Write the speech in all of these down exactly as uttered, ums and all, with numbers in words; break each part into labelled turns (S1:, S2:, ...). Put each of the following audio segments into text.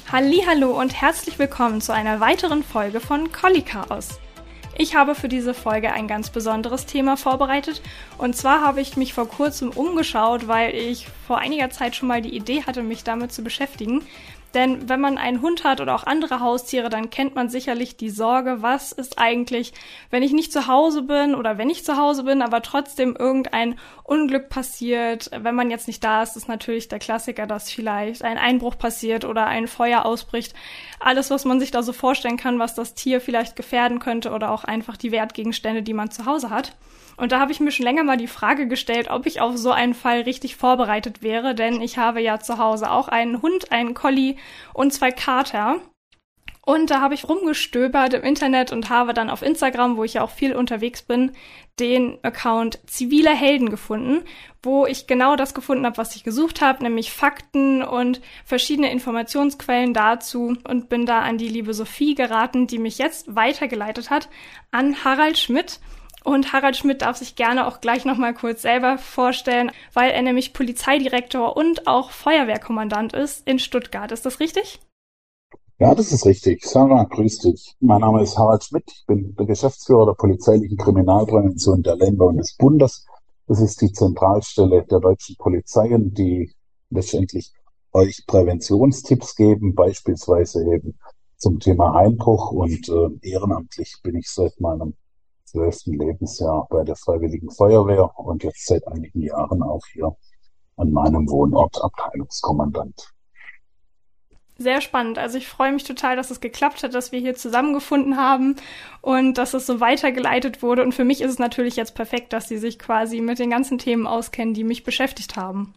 S1: Hallihallo und herzlich willkommen zu einer weiteren Folge von Collie Chaos. Ich habe für diese Folge ein ganz besonderes Thema vorbereitet und zwar habe ich mich vor kurzem umgeschaut, weil ich vor einiger Zeit schon mal die Idee hatte, mich damit zu beschäftigen. Denn wenn man einen Hund hat oder auch andere Haustiere, dann kennt man sicherlich die Sorge, was ist eigentlich, wenn ich nicht zu Hause bin oder wenn ich zu Hause bin, aber trotzdem irgendein Unglück passiert. Wenn man jetzt nicht da ist, ist natürlich der Klassiker, dass vielleicht ein Einbruch passiert oder ein Feuer ausbricht. Alles, was man sich da so vorstellen kann, was das Tier vielleicht gefährden könnte oder auch einfach die Wertgegenstände, die man zu Hause hat. Und da habe ich mir schon länger mal die Frage gestellt, ob ich auf so einen Fall richtig vorbereitet wäre, denn ich habe ja zu Hause auch einen Hund, einen Collie und zwei Kater. Und da habe ich rumgestöbert im Internet und habe dann auf Instagram, wo ich ja auch viel unterwegs bin, den Account Zivile Helden gefunden, wo ich genau das gefunden habe, was ich gesucht habe, nämlich Fakten und verschiedene Informationsquellen dazu und bin da an die liebe Sophie geraten, die mich jetzt weitergeleitet hat an Harald Schmidt. Und Harald Schmidt darf sich gerne auch gleich nochmal kurz selber vorstellen, weil er nämlich Polizeidirektor und auch Feuerwehrkommandant ist in Stuttgart. Ist das richtig?
S2: Ja, das ist richtig. Sarah, grüß dich. Mein Name ist Harald Schmidt. Ich bin der Geschäftsführer der polizeilichen Kriminalprävention der Länder und des Bundes. Das ist die Zentralstelle der deutschen Polizeien, die letztendlich euch Präventionstipps geben, beispielsweise eben zum Thema Einbruch. Und äh, ehrenamtlich bin ich seit meinem zwölften Lebensjahr bei der Freiwilligen Feuerwehr und jetzt seit einigen Jahren auch hier an meinem Wohnort Abteilungskommandant.
S1: Sehr spannend. Also ich freue mich total, dass es geklappt hat, dass wir hier zusammengefunden haben und dass es so weitergeleitet wurde. Und für mich ist es natürlich jetzt perfekt, dass Sie sich quasi mit den ganzen Themen auskennen, die mich beschäftigt haben.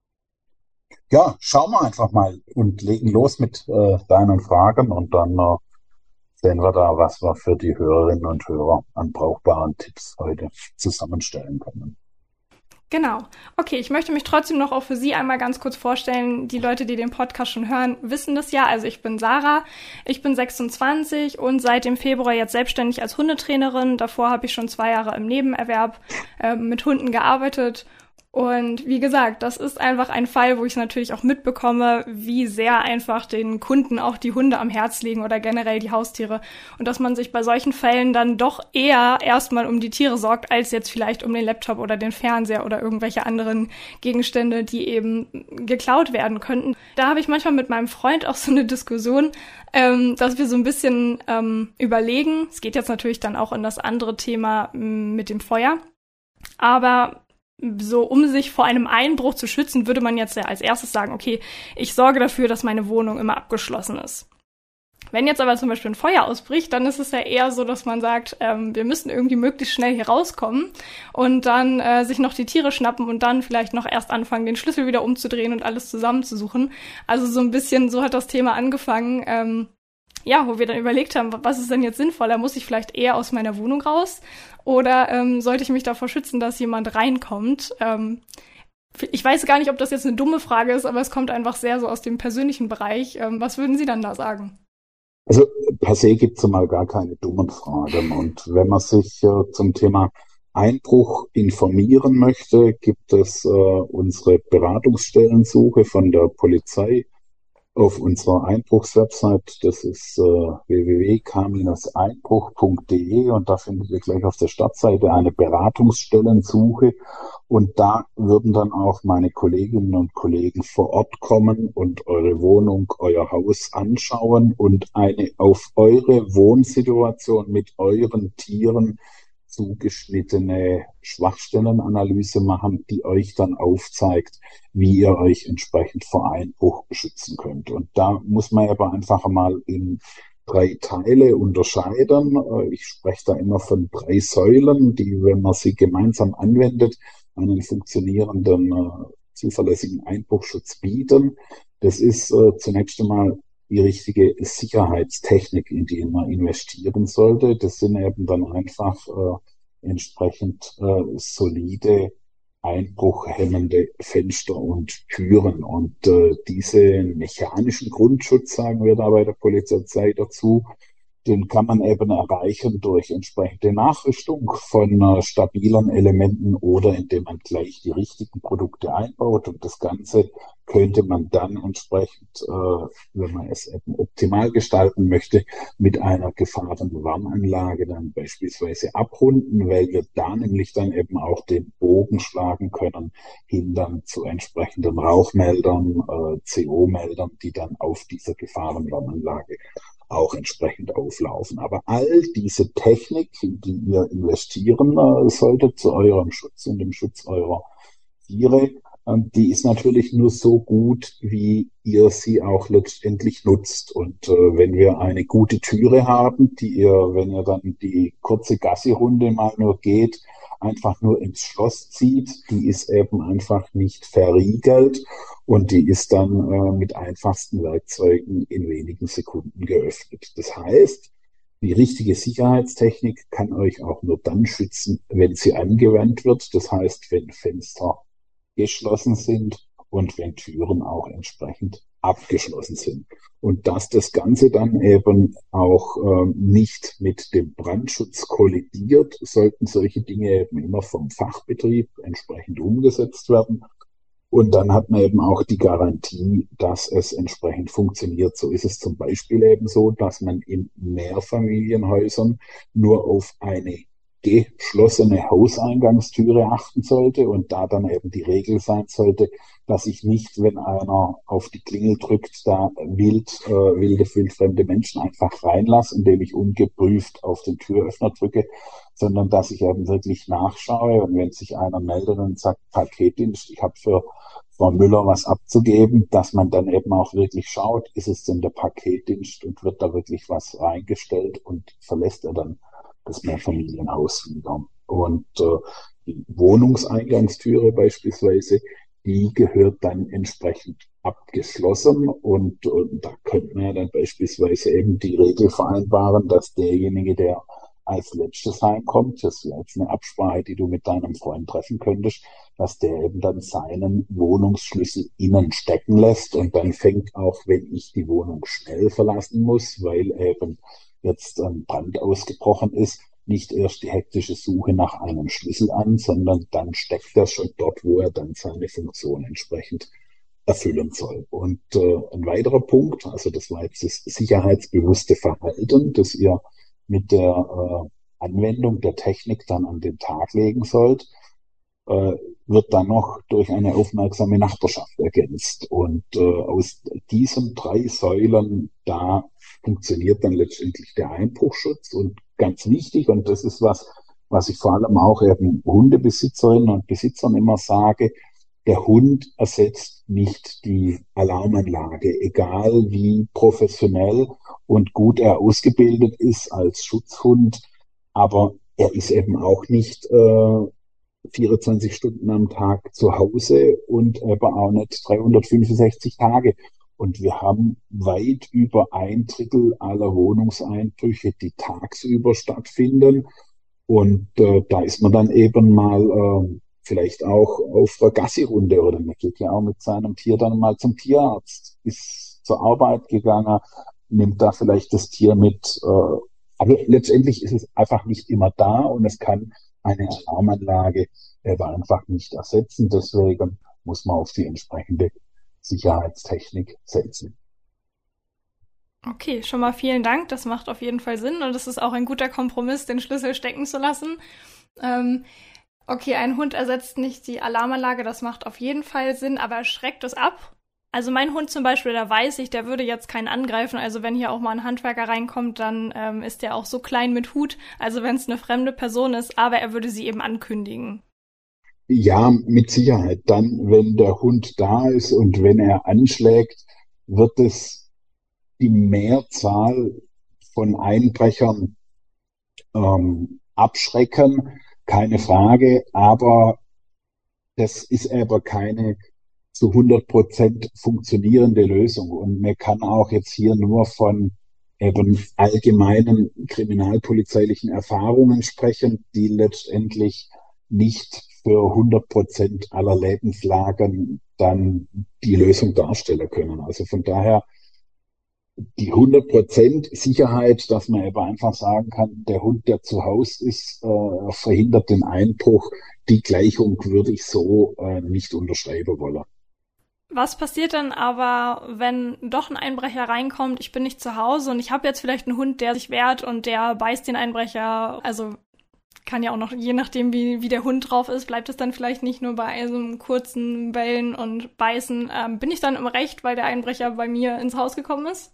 S2: Ja, schauen wir einfach mal und legen los mit äh, deinen Fragen und dann äh, sehen wir da, was wir für die Hörerinnen und Hörer an brauchbaren Tipps heute zusammenstellen können.
S1: Genau. Okay, ich möchte mich trotzdem noch auch für Sie einmal ganz kurz vorstellen. Die Leute, die den Podcast schon hören, wissen das ja. Also ich bin Sarah, ich bin sechsundzwanzig und seit dem Februar jetzt selbstständig als Hundetrainerin. Davor habe ich schon zwei Jahre im Nebenerwerb äh, mit Hunden gearbeitet. Und wie gesagt, das ist einfach ein Fall, wo ich natürlich auch mitbekomme, wie sehr einfach den Kunden auch die Hunde am Herz liegen oder generell die Haustiere. Und dass man sich bei solchen Fällen dann doch eher erstmal um die Tiere sorgt, als jetzt vielleicht um den Laptop oder den Fernseher oder irgendwelche anderen Gegenstände, die eben geklaut werden könnten. Da habe ich manchmal mit meinem Freund auch so eine Diskussion, ähm, dass wir so ein bisschen ähm, überlegen. Es geht jetzt natürlich dann auch in das andere Thema m, mit dem Feuer. Aber so, um sich vor einem Einbruch zu schützen, würde man jetzt ja als erstes sagen, okay, ich sorge dafür, dass meine Wohnung immer abgeschlossen ist. Wenn jetzt aber zum Beispiel ein Feuer ausbricht, dann ist es ja eher so, dass man sagt, ähm, wir müssen irgendwie möglichst schnell hier rauskommen und dann äh, sich noch die Tiere schnappen und dann vielleicht noch erst anfangen, den Schlüssel wieder umzudrehen und alles zusammenzusuchen. Also so ein bisschen, so hat das Thema angefangen, ähm, ja, wo wir dann überlegt haben, was ist denn jetzt sinnvoller? Muss ich vielleicht eher aus meiner Wohnung raus? Oder ähm, sollte ich mich davor schützen, dass jemand reinkommt? Ähm, ich weiß gar nicht, ob das jetzt eine dumme Frage ist, aber es kommt einfach sehr so aus dem persönlichen Bereich. Ähm, was würden Sie dann da sagen?
S2: Also per se gibt es mal gar keine dummen Fragen. Und wenn man sich äh, zum Thema Einbruch informieren möchte, gibt es äh, unsere Beratungsstellensuche von der Polizei auf unserer Einbruchswebsite. Das ist äh, w w w punkt k einbruch punkt d e und da findet ihr gleich auf der Startseite eine Beratungsstellensuche und da würden dann auch meine Kolleginnen und Kollegen vor Ort kommen und eure Wohnung, euer Haus anschauen und eine auf eure Wohnsituation mit euren Tieren zugeschnittene Schwachstellenanalyse machen, die euch dann aufzeigt, wie ihr euch entsprechend vor Einbruch beschützen könnt. Und da muss man aber einfach mal in drei Teile unterscheiden. Ich spreche da immer von drei Säulen, die, wenn man sie gemeinsam anwendet, einen funktionierenden, zuverlässigen Einbruchschutz bieten. Das ist äh, zunächst einmal die richtige Sicherheitstechnik, in die man investieren sollte. Das sind eben dann einfach äh, entsprechend äh, solide, einbruchhemmende Fenster und Türen. Und äh, diese mechanischen Grundschutz, sagen wir da bei der Polizei dazu, Den kann man eben erreichen durch entsprechende Nachrüstung von äh, stabilen Elementen oder indem man gleich die richtigen Produkte einbaut. Und das Ganze könnte man dann entsprechend, äh, wenn man es eben optimal gestalten möchte, mit einer Gefahrenwarnanlage dann beispielsweise abrunden, weil wir da nämlich dann eben auch den Bogen schlagen können, hin dann zu entsprechenden Rauchmeldern, äh, C O-Meldern, die dann auf dieser Gefahrenwarnanlage auch entsprechend auflaufen. Aber all diese Technik, in die ihr investieren äh, solltet zu eurem Schutz und dem Schutz eurer Tiere, ähm, die ist natürlich nur so gut, wie ihr sie auch letztendlich nutzt. Und äh, wenn wir eine gute Türe haben, die ihr, wenn ihr dann die kurze Gassi-Runde mal nur geht, einfach nur ins Schloss zieht, die ist eben einfach nicht verriegelt und die ist dann äh, mit einfachsten Werkzeugen in wenigen Sekunden geöffnet. Das heißt, die richtige Sicherheitstechnik kann euch auch nur dann schützen, wenn sie angewandt wird. Das heißt, wenn Fenster geschlossen sind und wenn Türen auch entsprechend abgeschlossen sind. Und dass das Ganze dann eben auch ähm, nicht mit dem Brandschutz kollidiert, sollten solche Dinge eben immer vom Fachbetrieb entsprechend umgesetzt werden. Und dann hat man eben auch die Garantie, dass es entsprechend funktioniert. So ist es zum Beispiel eben so, dass man in Mehrfamilienhäusern nur auf eine geschlossene Hauseingangstüre achten sollte und da dann eben die Regel sein sollte, dass ich nicht, wenn einer auf die Klingel drückt, da wild, äh, wilde, wildfremde Menschen einfach reinlasse, indem ich ungeprüft auf den Türöffner drücke, sondern dass ich eben wirklich nachschaue und wenn sich einer meldet und sagt, Paketdienst, ich habe für Frau Müller was abzugeben, dass man dann eben auch wirklich schaut, ist es denn der Paketdienst und wird da wirklich was reingestellt und verlässt er dann das Mehrfamilienhaus wieder. Und äh, die Wohnungseingangstüre beispielsweise, die gehört dann entsprechend abgeschlossen und, und da könnte man ja dann beispielsweise eben die Regel vereinbaren, dass derjenige, der als letztes heimkommt, das ist vielleicht eine Absprache, die du mit deinem Freund treffen könntest, dass der eben dann seinen Wohnungsschlüssel innen stecken lässt und dann fängt auch, wenn ich die Wohnung schnell verlassen muss, weil eben jetzt ein Brand ausgebrochen ist, nicht erst die hektische Suche nach einem Schlüssel an, sondern dann steckt er schon dort, wo er dann seine Funktion entsprechend erfüllen soll. Und äh, ein weiterer Punkt, also das war jetzt das sicherheitsbewusste Verhalten, das ihr mit der äh, Anwendung der Technik dann an den Tag legen sollt, äh, wird dann noch durch eine aufmerksame Nachbarschaft ergänzt. Und äh, aus diesen drei Säulen, da funktioniert dann letztendlich der Einbruchschutz. Und ganz wichtig, und das ist was, was ich vor allem auch eben Hundebesitzerinnen und Besitzern immer sage, der Hund ersetzt nicht die Alarmanlage, egal wie professionell und gut er ausgebildet ist als Schutzhund, aber er ist eben auch nicht äh, vierundzwanzig Stunden am Tag zu Hause und aber auch nicht dreihundertfünfundsechzig Tage. Und wir haben weit über ein Drittel aller Wohnungseinbrüche, die tagsüber stattfinden. Und äh, da ist man dann eben mal äh, vielleicht auch auf einer Gassi-Runde oder man geht ja auch mit seinem Tier dann mal zum Tierarzt, ist zur Arbeit gegangen, nimmt da vielleicht das Tier mit. Äh, aber letztendlich ist es einfach nicht immer da und es kann eine Alarmanlage aber einfach nicht ersetzen. Deswegen muss man auf die entsprechende Sicherheitstechnik setzen.
S1: Okay, schon mal vielen Dank. Das macht auf jeden Fall Sinn und es ist auch ein guter Kompromiss, den Schlüssel stecken zu lassen. Ähm, okay, ein Hund ersetzt nicht die Alarmanlage, das macht auf jeden Fall Sinn, aber schreckt es ab? Also mein Hund zum Beispiel, da weiß ich, der würde jetzt keinen angreifen. Also wenn hier auch mal ein Handwerker reinkommt, dann ähm, ist der auch so klein mit Hut. Also wenn es eine fremde Person ist, aber er würde sie eben ankündigen.
S2: Ja, mit Sicherheit. Dann, wenn der Hund da ist und wenn er anschlägt, wird es die Mehrzahl von Einbrechern ähm, abschrecken, keine Frage. Aber das ist aber keine zu hundert Prozent funktionierende Lösung. Und man kann auch jetzt hier nur von eben allgemeinen kriminalpolizeilichen Erfahrungen sprechen, die letztendlich nicht für hundert Prozent aller Lebenslagen dann die Lösung darstellen können. Also von daher die hundert Prozent Sicherheit, dass man eben einfach sagen kann, der Hund, der zu Hause ist, äh, verhindert den Einbruch. Die Gleichung würde ich so äh, nicht unterschreiben wollen.
S1: Was passiert dann aber, wenn doch ein Einbrecher reinkommt, ich bin nicht zu Hause und ich habe jetzt vielleicht einen Hund, der sich wehrt und der beißt den Einbrecher, also kann ja auch noch, je nachdem, wie, wie der Hund drauf ist, bleibt es dann vielleicht nicht nur bei so einem kurzen Bellen und Beißen. Ähm, bin ich dann im Recht, weil der Einbrecher bei mir ins Haus gekommen ist?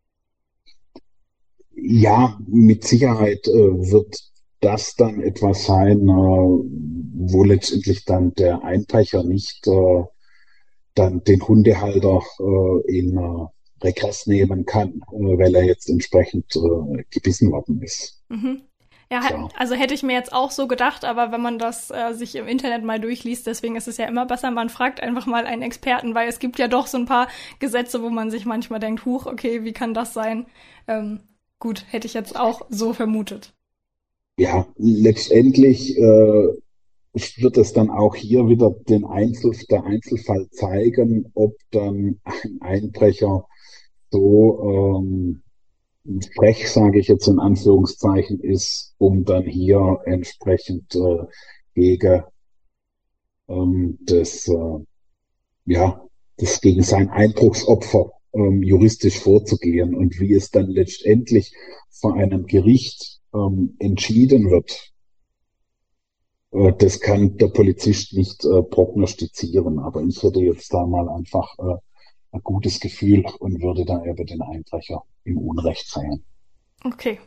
S2: Ja, mit Sicherheit äh, wird das dann etwas sein, äh, wo letztendlich dann der Einbrecher nicht äh, dann den Hundehalter äh, in äh, Regress nehmen kann, äh, weil er jetzt entsprechend äh, gebissen worden ist.
S1: Mhm. Ja,
S2: Klar.
S1: also hätte ich mir jetzt auch so gedacht, aber wenn man das äh, sich im Internet mal durchliest, deswegen ist es ja immer besser, man fragt einfach mal einen Experten, weil es gibt ja doch so ein paar Gesetze, wo man sich manchmal denkt, huch, okay, wie kann das sein? Ähm, gut, hätte ich jetzt auch so vermutet.
S2: Ja, letztendlich äh, wird es dann auch hier wieder den Einzel, der Einzelfall zeigen, ob dann ein Einbrecher so ähm, frech, sage ich jetzt in Anführungszeichen, ist, um dann hier entsprechend äh, gegen ähm, das, äh, ja, das gegen sein Einbruchsopfer ähm, juristisch vorzugehen und wie es dann letztendlich vor einem Gericht ähm, entschieden wird. Äh, das kann der Polizist nicht äh, prognostizieren, aber ich hätte jetzt da mal einfach äh, ein gutes Gefühl und würde da eben den Einbrecher im Unrecht sehen.
S1: Okay.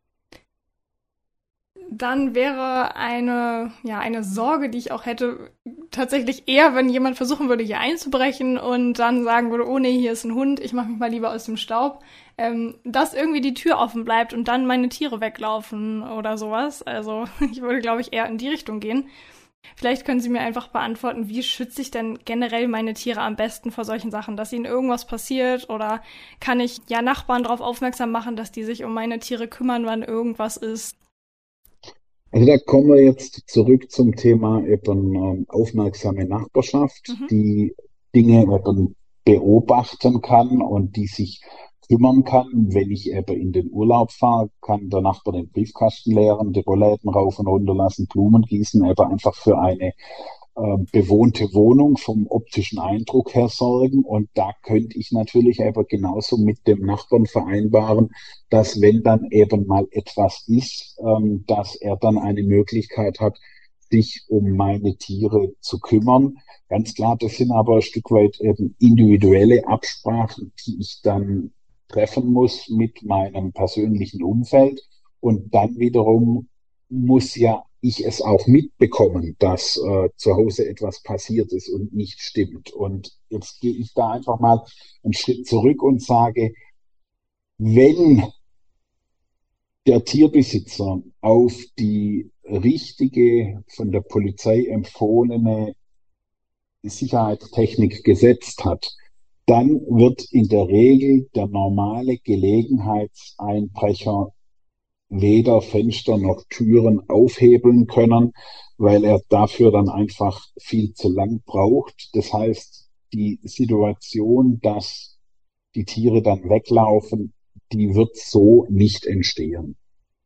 S1: Dann wäre eine, ja, eine Sorge, die ich auch hätte, tatsächlich eher, wenn jemand versuchen würde, hier einzubrechen und dann sagen würde, oh nee, hier ist ein Hund, ich mache mich mal lieber aus dem Staub, ähm, dass irgendwie die Tür offen bleibt und dann meine Tiere weglaufen oder sowas. Also ich würde, glaube ich, eher in die Richtung gehen. Vielleicht können Sie mir einfach beantworten, wie schütze ich denn generell meine Tiere am besten vor solchen Sachen, dass ihnen irgendwas passiert oder kann ich ja Nachbarn darauf aufmerksam machen, dass die sich um meine Tiere kümmern, wann irgendwas ist.
S2: Also da kommen wir jetzt zurück zum Thema eben ähm, aufmerksame Nachbarschaft,
S1: Mhm.
S2: die Dinge eben beobachten kann und die sich kümmern kann. Wenn ich eben in den Urlaub fahre, kann der Nachbar den Briefkasten leeren, die Rollläden rauf und runter lassen, Blumen gießen, eben einfach für eine äh, bewohnte Wohnung vom optischen Eindruck her sorgen. Und da könnte ich natürlich aber genauso mit dem Nachbarn vereinbaren, dass wenn dann eben mal etwas ist, ähm, dass er dann eine Möglichkeit hat, sich um meine Tiere zu kümmern. Ganz klar, das sind aber ein Stück weit eben individuelle Absprachen, die ich dann treffen muss mit meinem persönlichen Umfeld. Und dann wiederum muss ja ich es auch mitbekommen, dass äh, zu Hause etwas passiert ist und nicht stimmt. Und jetzt gehe ich da einfach mal einen Schritt zurück und sage, wenn der Tierbesitzer auf die richtige, von der Polizei empfohlene Sicherheitstechnik gesetzt hat, dann wird in der Regel der normale Gelegenheitseinbrecher weder Fenster noch Türen aufhebeln können, weil er dafür dann einfach viel zu lang braucht. Das heißt, die Situation, dass die Tiere dann weglaufen, die wird so nicht entstehen.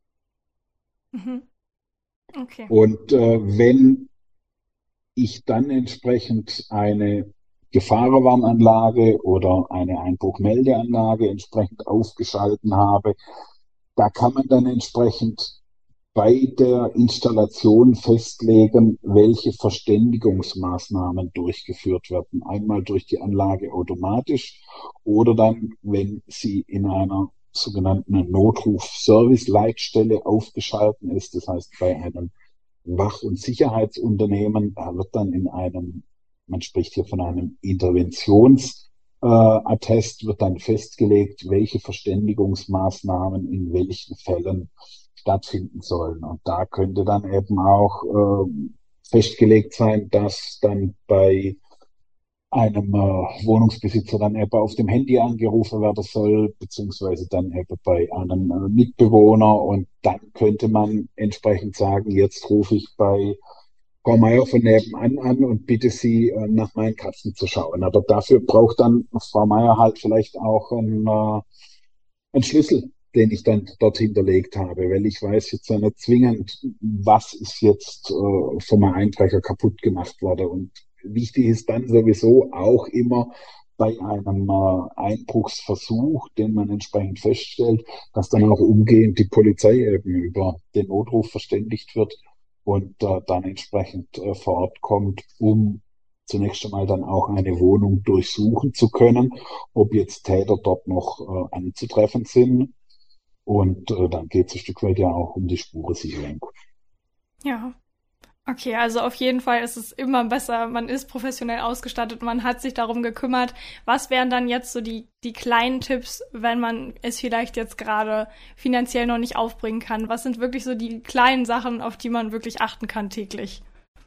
S1: Mhm. Okay.
S2: Und äh, wenn ich dann entsprechend eine Gefahrenwarnanlage oder eine Einbruchmeldeanlage entsprechend aufgeschalten habe, da kann man dann entsprechend bei der Installation festlegen, welche Verständigungsmaßnahmen durchgeführt werden. Einmal durch die Anlage automatisch oder dann, wenn sie in einer sogenannten Notruf-Service-Leitstelle aufgeschalten ist, das heißt bei einem Wach- und Sicherheitsunternehmen, da wird dann in einem, man spricht hier von einem Interventions- äh, Attest wird dann festgelegt, welche Verständigungsmaßnahmen in welchen Fällen stattfinden sollen. Und da könnte dann eben auch äh, festgelegt sein, dass dann bei einem äh, Wohnungsbesitzer dann eben auf dem Handy angerufen werden soll, beziehungsweise dann eben bei einem äh, Mitbewohner. Und dann könnte man entsprechend sagen, jetzt rufe ich bei Frau Meier von nebenan an und bitte sie, äh, nach meinen Katzen zu schauen. Aber dafür braucht dann Frau Meier halt vielleicht auch ein, äh, ein Schlüssel, den ich dann dort hinterlegt habe, weil ich weiß jetzt ja nicht zwingend, was ist jetzt äh, von meinem Einbrecher kaputt gemacht worden. Und wichtig ist dann sowieso auch immer bei einem äh, Einbruchsversuch, den man entsprechend feststellt, dass dann auch umgehend die Polizei eben über den Notruf verständigt wird und äh, dann entsprechend äh, vor Ort kommt, um zunächst einmal dann auch eine Wohnung durchsuchen zu können, ob jetzt Täter dort noch äh, anzutreffen sind. Und äh, dann geht es ein Stück weit ja auch um die Spurensicherung.
S1: Ja. Okay, also auf jeden Fall ist es immer besser, man ist professionell ausgestattet, man hat sich darum gekümmert. Was wären dann jetzt so die, die kleinen Tipps, wenn man es vielleicht jetzt gerade finanziell noch nicht aufbringen kann? Was sind wirklich so die kleinen Sachen, auf die man wirklich achten kann täglich?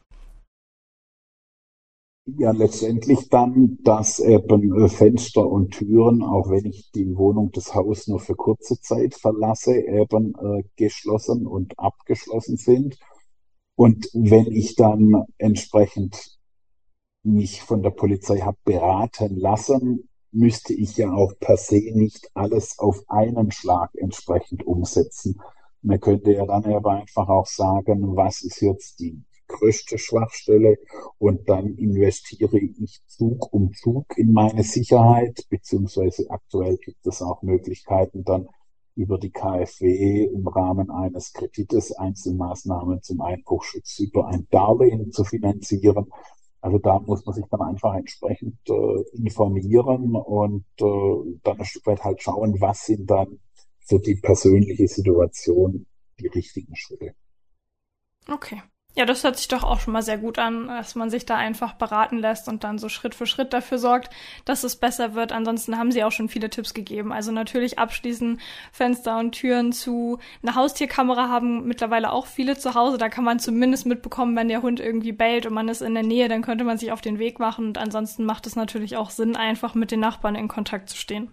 S2: Ja, letztendlich dann, dass eben äh, Fenster und Türen, auch wenn ich die Wohnung, das Haus nur für kurze Zeit verlasse, eben äh, geschlossen und abgeschlossen sind. Und wenn ich dann entsprechend mich von der Polizei habe beraten lassen, müsste ich ja auch per se nicht alles auf einen Schlag entsprechend umsetzen. Man könnte ja dann aber einfach auch sagen, was ist jetzt die größte Schwachstelle, und dann investiere ich Zug um Zug in meine Sicherheit, beziehungsweise aktuell gibt es auch Möglichkeiten, dann über die KfW im Rahmen eines Kredites Einzelmaßnahmen zum Einbruchschutz über ein Darlehen zu finanzieren. Also da muss man sich dann einfach entsprechend äh, informieren und äh, dann ein Stück weit halt schauen, was sind dann für die persönliche Situation die richtigen Schritte.
S1: Okay. Ja, das hört sich doch auch schon mal sehr gut an, dass man sich da einfach beraten lässt und dann so Schritt für Schritt dafür sorgt, dass es besser wird. Ansonsten haben Sie auch schon viele Tipps gegeben. Also natürlich abschließen, Fenster und Türen zu. Eine Haustierkamera haben mittlerweile auch viele zu Hause. Da kann man zumindest mitbekommen, wenn der Hund irgendwie bellt und man ist in der Nähe, dann könnte man sich auf den Weg machen. Und ansonsten macht es natürlich auch Sinn, einfach mit den Nachbarn in Kontakt zu stehen.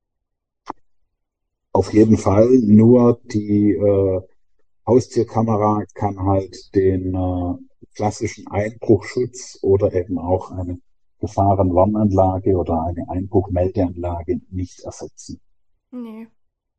S2: Auf jeden Fall, nur die äh, Haustierkamera kann halt den äh, klassischen Einbruchschutz oder eben auch eine Gefahrenwarnanlage oder eine Einbruchmeldeanlage nicht ersetzen.
S1: Nee,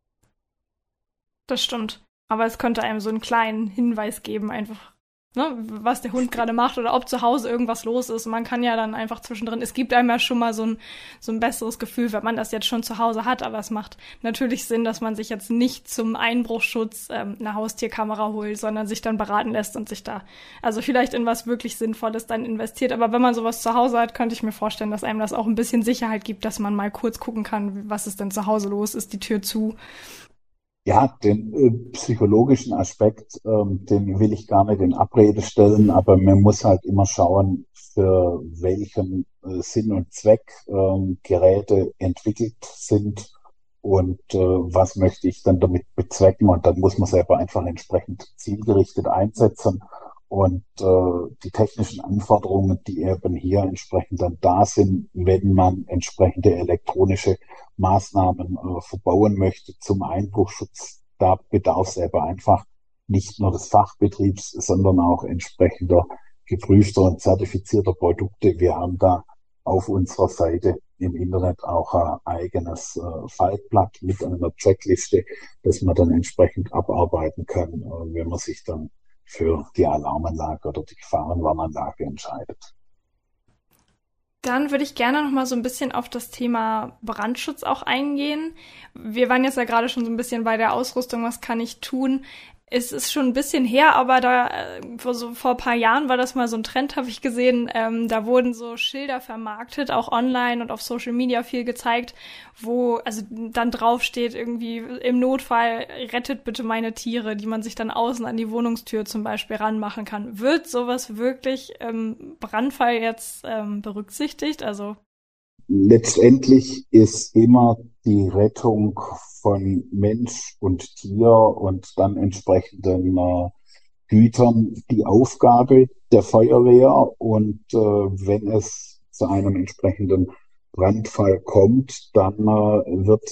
S1: das stimmt. Aber es könnte einem so einen kleinen Hinweis geben, einfach, ne, was der Hund gerade macht oder ob zu Hause irgendwas los ist. Und man kann ja dann einfach zwischendrin, es gibt einem ja schon mal so ein, so ein besseres Gefühl, wenn man das jetzt schon zu Hause hat. Aber es macht natürlich Sinn, dass man sich jetzt nicht zum Einbruchschutz ähm, eine Haustierkamera holt, sondern sich dann beraten lässt und sich da, also vielleicht in was wirklich Sinnvolles dann investiert. Aber wenn man sowas zu Hause hat, könnte ich mir vorstellen, dass einem das auch ein bisschen Sicherheit gibt, dass man mal kurz gucken kann, was ist denn zu Hause los, ist die Tür zu.
S2: Ja, den äh, psychologischen Aspekt, ähm, den will ich gar nicht in Abrede stellen, aber man muss halt immer schauen, für welchen äh, Sinn und Zweck ähm, Geräte entwickelt sind und äh, was möchte ich dann damit bezwecken. Und dann muss man selber einfach entsprechend zielgerichtet einsetzen. Und äh, die technischen Anforderungen, die eben hier entsprechend dann da sind, wenn man entsprechende elektronische Maßnahmen äh, verbauen möchte zum Einbruchschutz, da bedarf es aber einfach nicht nur des Fachbetriebs, sondern auch entsprechender geprüfter und zertifizierter Produkte. Wir haben da auf unserer Seite im Internet auch ein eigenes äh, Faltblatt mit einer Checkliste, das man dann entsprechend abarbeiten kann, äh, wenn man sich dann für die Alarmanlage oder die Gefahrenwarnanlage entscheidet.
S1: Dann würde ich gerne noch mal so ein bisschen auf das Thema Brandschutz auch eingehen. Wir waren jetzt ja gerade schon so ein bisschen bei der Ausrüstung, was kann ich tun? Es ist schon ein bisschen her, aber da äh, vor so vor ein paar Jahren war das mal so ein Trend, habe ich gesehen. Ähm, da wurden so Schilder vermarktet, auch online und auf Social Media viel gezeigt, wo also dann drauf steht irgendwie im Notfall rettet bitte meine Tiere, die man sich dann außen an die Wohnungstür zum Beispiel ranmachen kann. Wird sowas wirklich im Brandfall jetzt ähm, berücksichtigt? Also
S2: Letztendlich ist immer die Rettung von Mensch und Tier und dann entsprechenden äh, Gütern die Aufgabe der Feuerwehr. Und äh, wenn es zu einem entsprechenden Brandfall kommt, dann äh, wird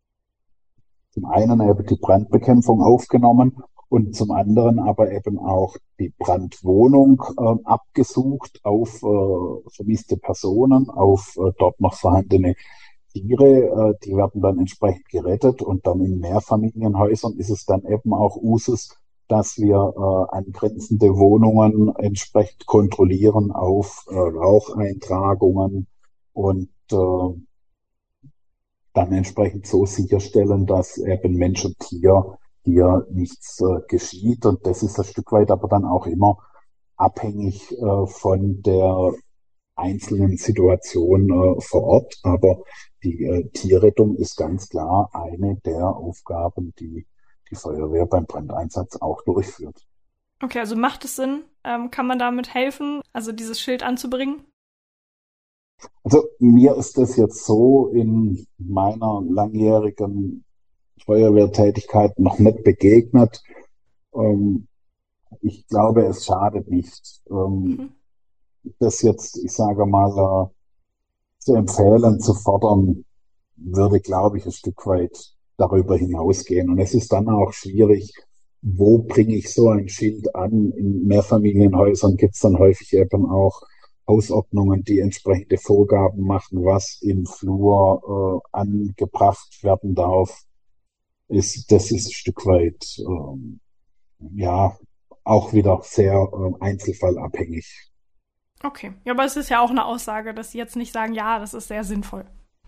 S2: zum einen eben die Brandbekämpfung aufgenommen und zum anderen aber eben auch die Brandwohnung äh, abgesucht auf äh, vermisste Personen, auf äh, dort noch vorhandene Tiere, äh, die werden dann entsprechend gerettet und dann in Mehrfamilienhäusern ist es dann eben auch Usus, dass wir äh, angrenzende Wohnungen entsprechend kontrollieren auf äh, Raucheintragungen und äh, dann entsprechend so sicherstellen, dass eben Mensch und Tier hier nichts äh, geschieht. Und das ist ein Stück weit aber dann auch immer abhängig äh, von der einzelnen Situation äh, vor Ort. Aber die äh, Tierrettung ist ganz klar eine der Aufgaben, die die Feuerwehr beim Brandeinsatz auch durchführt.
S1: Okay, also macht es Sinn? Ähm, kann man damit helfen, also dieses Schild anzubringen?
S2: Also mir ist das jetzt so in meiner langjährigen Feuerwehrtätigkeit noch nicht begegnet. Ähm, ich glaube, es schadet nicht. Ähm,
S1: Mhm.
S2: das jetzt, ich sage mal, äh, zu empfehlen, zu fordern, würde, glaube ich, ein Stück weit darüber hinausgehen. Und es ist dann auch schwierig, wo bringe ich so ein Schild an? In Mehrfamilienhäusern gibt es dann häufig eben auch Hausordnungen, die entsprechende Vorgaben machen, was im Flur äh, angebracht werden darf. Ist, das ist ein Stück weit, ähm, ja, auch wieder sehr ähm, einzelfallabhängig.
S1: Okay. Ja, aber es ist ja auch eine Aussage, dass Sie jetzt nicht sagen, ja, das ist sehr sinnvoll.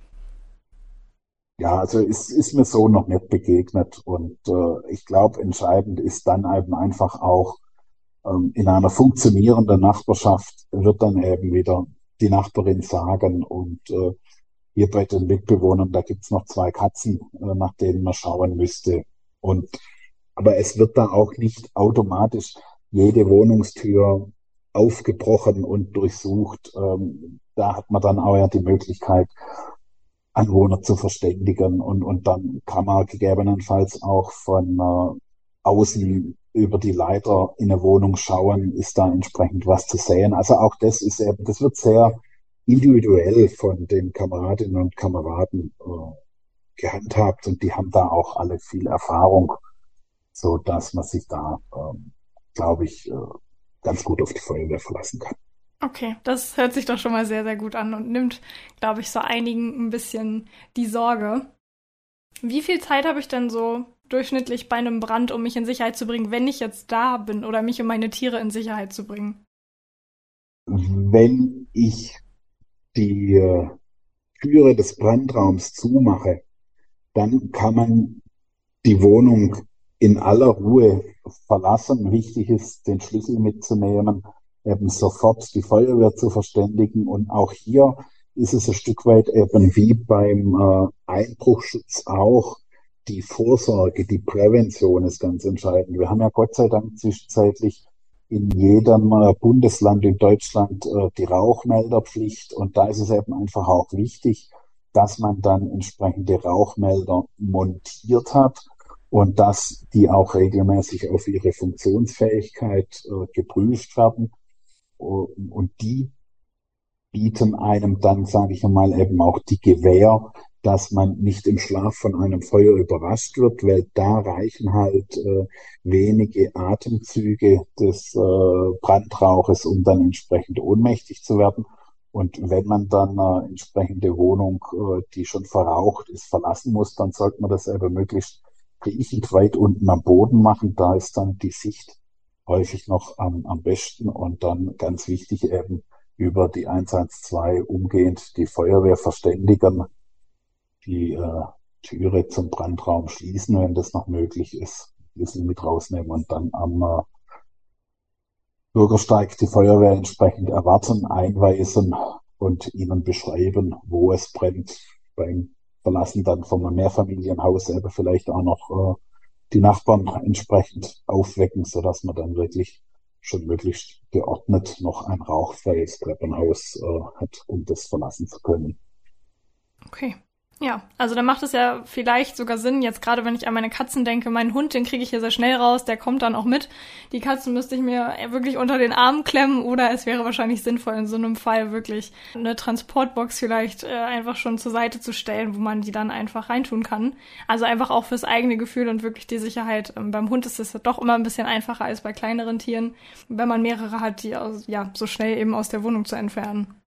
S2: Ja, also es ist mir so noch nicht begegnet und äh, ich glaube, entscheidend ist dann eben einfach auch ähm, in einer funktionierenden Nachbarschaft wird dann eben wieder die Nachbarin sagen und äh, hier bei den Mitbewohnern, da gibt's noch zwei Katzen, äh, nach denen man schauen müsste. Und aber es wird da auch nicht automatisch jede Wohnungstür aufgebrochen und durchsucht. Ähm, da hat man dann auch ja die Möglichkeit, Anwohner zu verständigen und, und dann kann man gegebenenfalls auch von äh, außen über die Leiter in eine Wohnung schauen, ist da entsprechend was zu sehen. Also auch das ist eben, das wird sehr individuell von den Kameradinnen und Kameraden äh, gehandhabt und die haben da auch alle viel Erfahrung, so dass man sich da, ähm, glaube ich, äh, ganz gut auf die Feuerwehr verlassen kann.
S1: Okay, das hört sich doch schon mal sehr, sehr gut an und nimmt, glaube ich, so einigen ein bisschen die Sorge. Wie viel Zeit habe ich denn so durchschnittlich bei einem Brand, um mich in Sicherheit zu bringen, wenn ich jetzt da bin oder mich und meine Tiere in Sicherheit zu bringen?
S2: Wenn ich die äh, Türe des Brandraums zumache, dann kann man die Wohnung in aller Ruhe verlassen. Wichtig ist, den Schlüssel mitzunehmen, eben sofort die Feuerwehr zu verständigen. Und auch hier ist es ein Stück weit eben wie beim äh, Einbruchschutz auch. Die Vorsorge, die Prävention ist ganz entscheidend. Wir haben ja Gott sei Dank zwischenzeitlich in jedem äh, Bundesland in Deutschland äh, die Rauchmelderpflicht. Und da ist es eben einfach auch wichtig, dass man dann entsprechende Rauchmelder montiert hat und dass die auch regelmäßig auf ihre Funktionsfähigkeit äh, geprüft werden. Und die bieten einem dann, sage ich einmal, eben auch die Gewähr, dass man nicht im Schlaf von einem Feuer überrascht wird, weil da reichen halt äh, wenige Atemzüge des äh, Brandrauches, um dann entsprechend ohnmächtig zu werden. Und wenn man dann äh, entsprechende Wohnung, äh, die schon verraucht ist, verlassen muss, dann sollte man das eben möglichst kriechend weit unten am Boden machen. Da ist dann die Sicht häufig noch am, am besten und dann ganz wichtig eben über die eins eins zwei umgehend die Feuerwehr verständigen, die äh, Türe zum Brandraum schließen, wenn das noch möglich ist, Schlüssel mit rausnehmen und dann am äh, Bürgersteig die Feuerwehr entsprechend erwarten, einweisen und ihnen beschreiben, wo es brennt. Beim Verlassen dann vom Mehrfamilienhaus eben vielleicht auch noch äh, die Nachbarn entsprechend aufwecken, sodass man dann wirklich schon möglichst geordnet noch ein rauchfreies Treppenhaus äh, hat, um das verlassen zu können.
S1: Okay. Ja, also dann macht es ja vielleicht sogar Sinn, jetzt gerade wenn ich an meine Katzen denke, meinen Hund, den kriege ich hier sehr schnell raus, der kommt dann auch mit. Die Katzen müsste ich mir wirklich unter den Arm klemmen oder es wäre wahrscheinlich sinnvoll, in so einem Fall wirklich eine Transportbox vielleicht äh, einfach schon zur Seite zu stellen, wo man die dann einfach reintun kann. Also einfach auch fürs eigene Gefühl und wirklich die Sicherheit. Ähm, beim Hund ist es doch immer ein bisschen einfacher als bei kleineren Tieren, wenn man mehrere hat, die aus, ja, so schnell eben aus der Wohnung zu entfernen.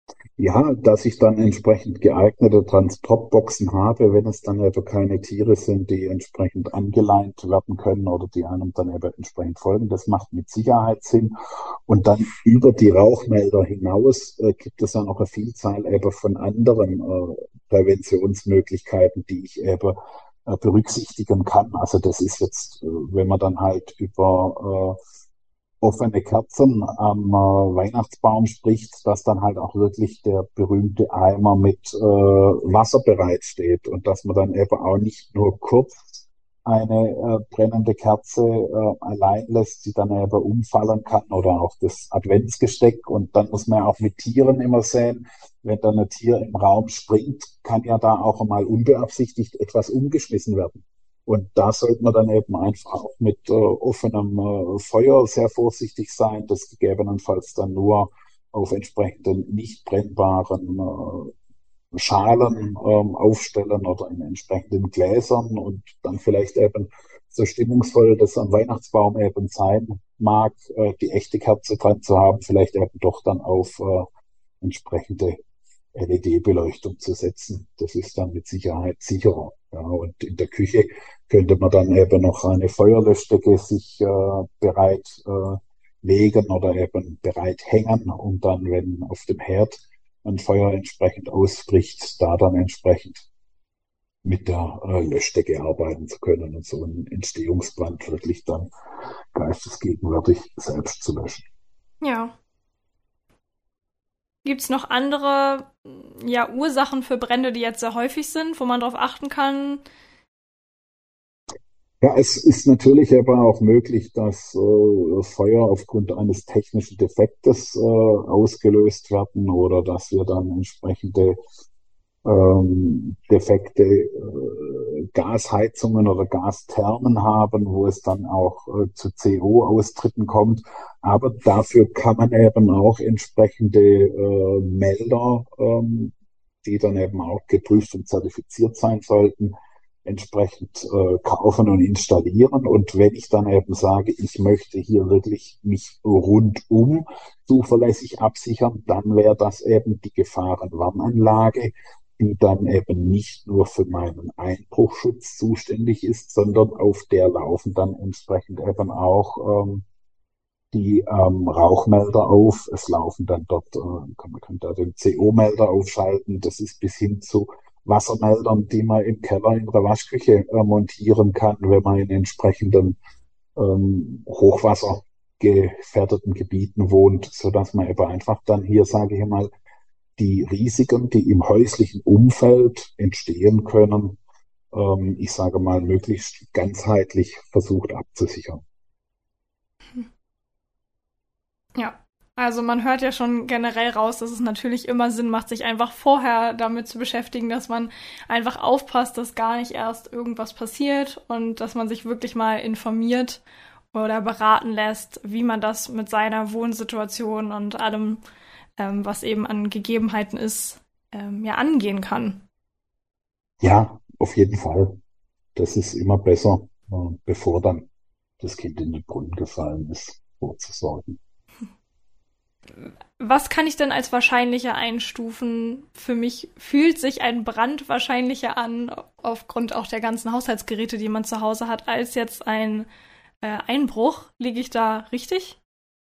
S2: Ja, dass ich dann entsprechend geeignete Transportboxen habe, wenn es dann eben keine Tiere sind, die entsprechend angeleint werden können oder die einem dann eben entsprechend folgen. Das macht mit Sicherheit Sinn. Und dann über die Rauchmelder hinaus äh, gibt es ja noch eine Vielzahl eben von anderen äh, Präventionsmöglichkeiten, die ich eben äh, berücksichtigen kann. Also das ist jetzt, äh, wenn man dann halt über äh, offene Kerzen am äh, Weihnachtsbaum spricht, dass dann halt auch wirklich der berühmte Eimer mit äh, Wasser bereitsteht und dass man dann eben auch nicht nur kurz eine äh, brennende Kerze äh, allein lässt, die dann eben umfallen kann oder auch das Adventsgesteck. Und dann muss man auch mit Tieren immer sehen, wenn dann ein Tier im Raum springt, kann ja da auch einmal unbeabsichtigt etwas umgeschmissen werden. Und da sollte man dann eben einfach auch mit äh, offenem äh, Feuer sehr vorsichtig sein, das gegebenenfalls dann nur auf entsprechenden nicht brennbaren äh, Schalen ähm, aufstellen oder in entsprechenden Gläsern und dann vielleicht eben so stimmungsvoll das am Weihnachtsbaum eben sein mag, äh, die echte Kerze dran zu haben, vielleicht eben doch dann auf äh, entsprechende L E D-Beleuchtung zu setzen. Das ist dann mit Sicherheit sicherer. Ja, und in der Küche könnte man dann eben noch eine Feuerlöschdecke sich äh, bereit äh, legen oder eben bereit hängen, um dann, wenn auf dem Herd ein Feuer entsprechend ausbricht, da dann entsprechend mit der äh, Löschdecke arbeiten zu können und so einen Entstehungsbrand wirklich dann geistesgegenwärtig selbst zu löschen.
S1: Ja. Gibt es noch andere ja, Ursachen für Brände, die jetzt sehr häufig sind, wo man darauf achten kann?
S2: Ja, es ist natürlich aber auch möglich, dass äh, Feuer aufgrund eines technischen Defektes äh, ausgelöst werden oder dass wir dann entsprechende ähm, defekte äh, Gasheizungen oder Gasthermen haben, wo es dann auch äh, zu C O-Austritten kommt. Aber dafür kann man eben auch entsprechende äh, Melder, ähm, die dann eben auch geprüft und zertifiziert sein sollten, entsprechend äh, kaufen und installieren. Und wenn ich dann eben sage, ich möchte hier wirklich mich rundum zuverlässig absichern, dann wäre das eben die Gefahrenwarnanlage, die dann eben nicht nur für meinen Einbruchschutz zuständig ist, sondern auf der laufen dann entsprechend eben auch ähm, die ähm, Rauchmelder auf. Es laufen dann dort, äh, man kann da den C O-Melder aufschalten. Das ist bis hin zu Wassermeldern, die man im Keller in der Waschküche äh, montieren kann, wenn man in entsprechenden ähm, hochwassergefährdeten Gebieten wohnt, so dass man eben einfach dann hier, sage ich mal, die Risiken, die im häuslichen Umfeld entstehen können, ähm, ich sage mal, möglichst ganzheitlich versucht abzusichern.
S1: Ja, also man hört ja schon generell raus, dass es natürlich immer Sinn macht, sich einfach vorher damit zu beschäftigen, dass man einfach aufpasst, dass gar nicht erst irgendwas passiert und dass man sich wirklich mal informiert oder beraten lässt, wie man das mit seiner Wohnsituation und allem, ähm, was eben an Gegebenheiten ist, ähm, ja angehen kann.
S2: Ja, auf jeden Fall. Das ist immer besser, äh, bevor dann das Kind in den Brunnen gefallen ist, vorzusorgen.
S1: Was kann ich denn als wahrscheinlicher einstufen? Für mich fühlt sich ein Brand wahrscheinlicher an, aufgrund auch der ganzen Haushaltsgeräte, die man zu Hause hat, als jetzt ein äh, Einbruch. Liege ich da richtig?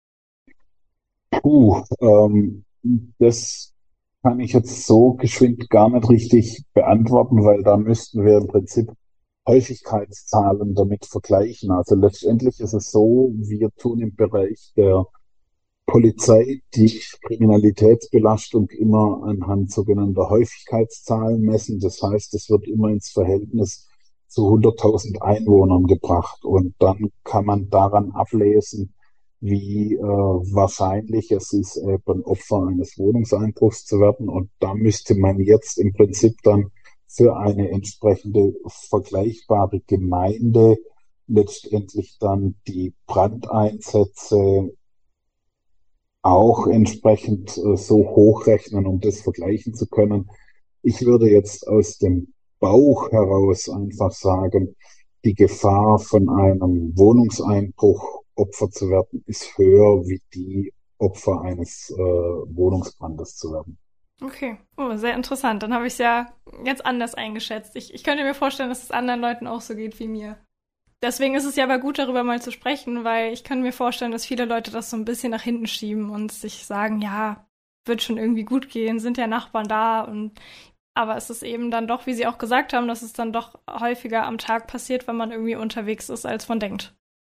S2: Puh, ähm, das kann ich jetzt so geschwind gar nicht richtig beantworten, weil da müssten wir im Prinzip Häufigkeitszahlen damit vergleichen. Also letztendlich ist es so, wir tun im Bereich der Polizei die Kriminalitätsbelastung immer anhand sogenannter Häufigkeitszahlen messen. Das heißt, es wird immer ins Verhältnis zu hunderttausend Einwohnern gebracht. Und dann kann man daran ablesen, wie äh, wahrscheinlich es ist, eben Opfer eines Wohnungseinbruchs zu werden. Und da müsste man jetzt im Prinzip dann für eine entsprechende vergleichbare Gemeinde letztendlich dann die Brandeinsätze auch entsprechend äh, so hochrechnen, um das vergleichen zu können. Ich würde jetzt aus dem Bauch heraus einfach sagen, die Gefahr von einem Wohnungseinbruch Opfer zu werden, ist höher wie die Opfer eines äh, Wohnungsbrandes zu werden.
S1: Okay, oh, sehr interessant. Dann habe ich es ja jetzt anders eingeschätzt. Ich, ich könnte mir vorstellen, dass es anderen Leuten auch so geht wie mir. Deswegen ist es ja aber gut, darüber mal zu sprechen, weil ich kann mir vorstellen, dass viele Leute das so ein bisschen nach hinten schieben und sich sagen, ja, wird schon irgendwie gut gehen, sind ja Nachbarn da und aber es ist eben dann doch, wie Sie auch gesagt haben, dass es dann doch häufiger am Tag passiert, wenn man irgendwie unterwegs ist, als man denkt.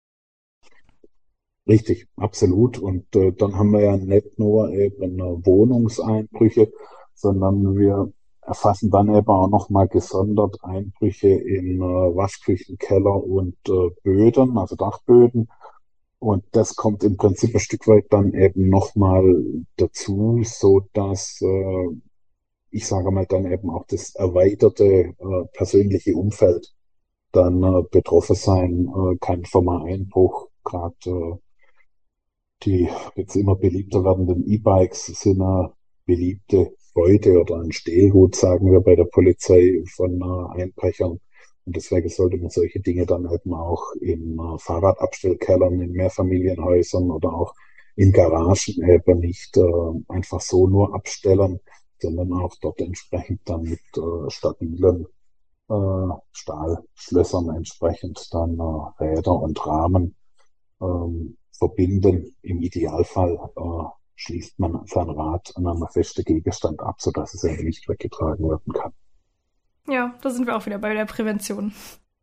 S2: Richtig, absolut. Und äh, dann haben wir ja nicht nur eben äh, Wohnungseinbrüche, sondern wir erfassen dann eben auch nochmal gesondert Einbrüche in äh, Waschküchen, Keller und äh, Böden, also Dachböden. Und das kommt im Prinzip ein Stück weit dann eben nochmal dazu, so dass äh, ich sage mal dann eben auch das erweiterte äh, persönliche Umfeld dann äh, betroffen sein äh, kann vom Einbruch. Gerade äh, die jetzt immer beliebter werdenden E-Bikes sind eine beliebte Beute oder ein Stehlhut, sagen wir bei der Polizei, von äh, Einbrechern. Und deswegen sollte man solche Dinge dann eben auch in äh, Fahrradabstellkellern, in Mehrfamilienhäusern oder auch in Garagen eben nicht äh, einfach so nur abstellen, sondern auch dort entsprechend dann mit äh, stabilen äh, Stahlschlössern entsprechend dann äh, Räder und Rahmen ähm, verbinden. Im Idealfall äh, schließt man sein Rad an einem festen Gegenstand ab, sodass es eben nicht weggetragen werden kann.
S1: Ja, da sind wir auch wieder bei der Prävention.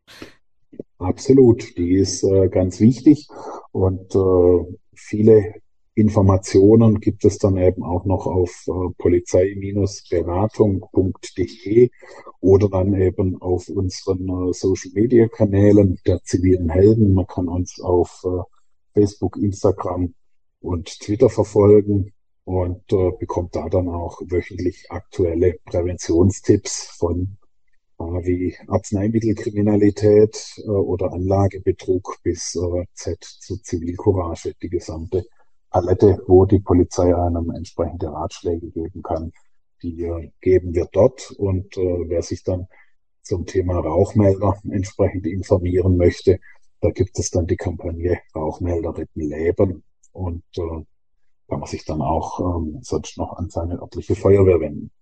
S2: Absolut, die ist äh, ganz wichtig und äh, viele Informationen gibt es dann eben auch noch auf äh, polizei-beratung punkt de oder dann eben auf unseren äh, Social-Media-Kanälen der zivilen Helden. Man kann uns auf äh, Facebook, Instagram und Twitter verfolgen und äh, bekommt da dann auch wöchentlich aktuelle Präventionstipps von wie Arzneimittelkriminalität äh, oder Anlagebetrug bis äh, Z zu Zivilcourage, die gesamte Palette, wo die Polizei einem entsprechende Ratschläge geben kann, die äh, geben wir dort. Und äh, wer sich dann zum Thema Rauchmelder entsprechend informieren möchte, da gibt es dann die Kampagne Rauchmelder retten Leben und äh, kann man sich dann auch ähm, sonst noch an seine örtliche Feuerwehr wenden.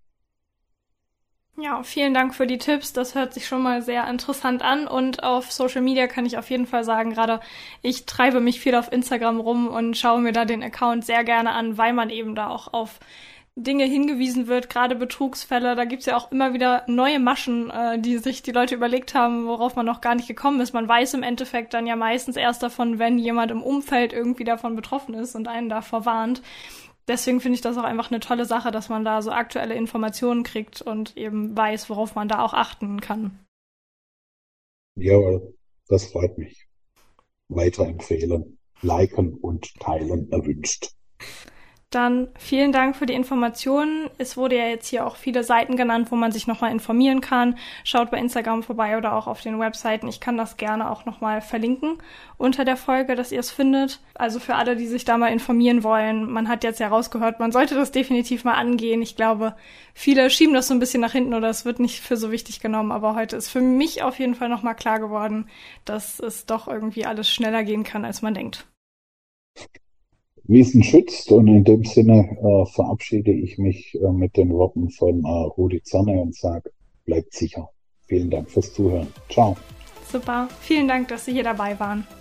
S1: Ja, vielen Dank für die Tipps. Das hört sich schon mal sehr interessant an. Und auf Social Media kann ich auf jeden Fall sagen, gerade ich treibe mich viel auf Instagram rum und schaue mir da den Account sehr gerne an, weil man eben da auch auf Dinge hingewiesen wird, gerade Betrugsfälle. Da gibt's ja auch immer wieder neue Maschen, äh, die sich die Leute überlegt haben, worauf man noch gar nicht gekommen ist. Man weiß im Endeffekt dann ja meistens erst davon, wenn jemand im Umfeld irgendwie davon betroffen ist und einen davor warnt. Deswegen finde ich das auch einfach eine tolle Sache, dass man da so aktuelle Informationen kriegt und eben weiß, worauf man da auch achten kann.
S2: Jawohl, das freut mich. Weiterempfehlen, liken und teilen erwünscht.
S1: Dann vielen Dank für die Informationen. Es wurde ja jetzt hier auch viele Seiten genannt, wo man sich nochmal informieren kann. Schaut bei Instagram vorbei oder auch auf den Webseiten. Ich kann das gerne auch nochmal verlinken unter der Folge, dass ihr es findet. Also für alle, die sich da mal informieren wollen. Man hat jetzt ja rausgehört, man sollte das definitiv mal angehen. Ich glaube, viele schieben das so ein bisschen nach hinten oder es wird nicht für so wichtig genommen. Aber heute ist für mich auf jeden Fall nochmal klar geworden, dass es doch irgendwie alles schneller gehen kann, als man denkt.
S2: Wissen schützt und in dem Sinne äh, verabschiede ich mich äh, mit den Worten von äh, Rudi Zerne und sage, bleibt sicher. Vielen Dank fürs Zuhören. Ciao.
S1: Super. Vielen Dank, dass Sie hier dabei waren.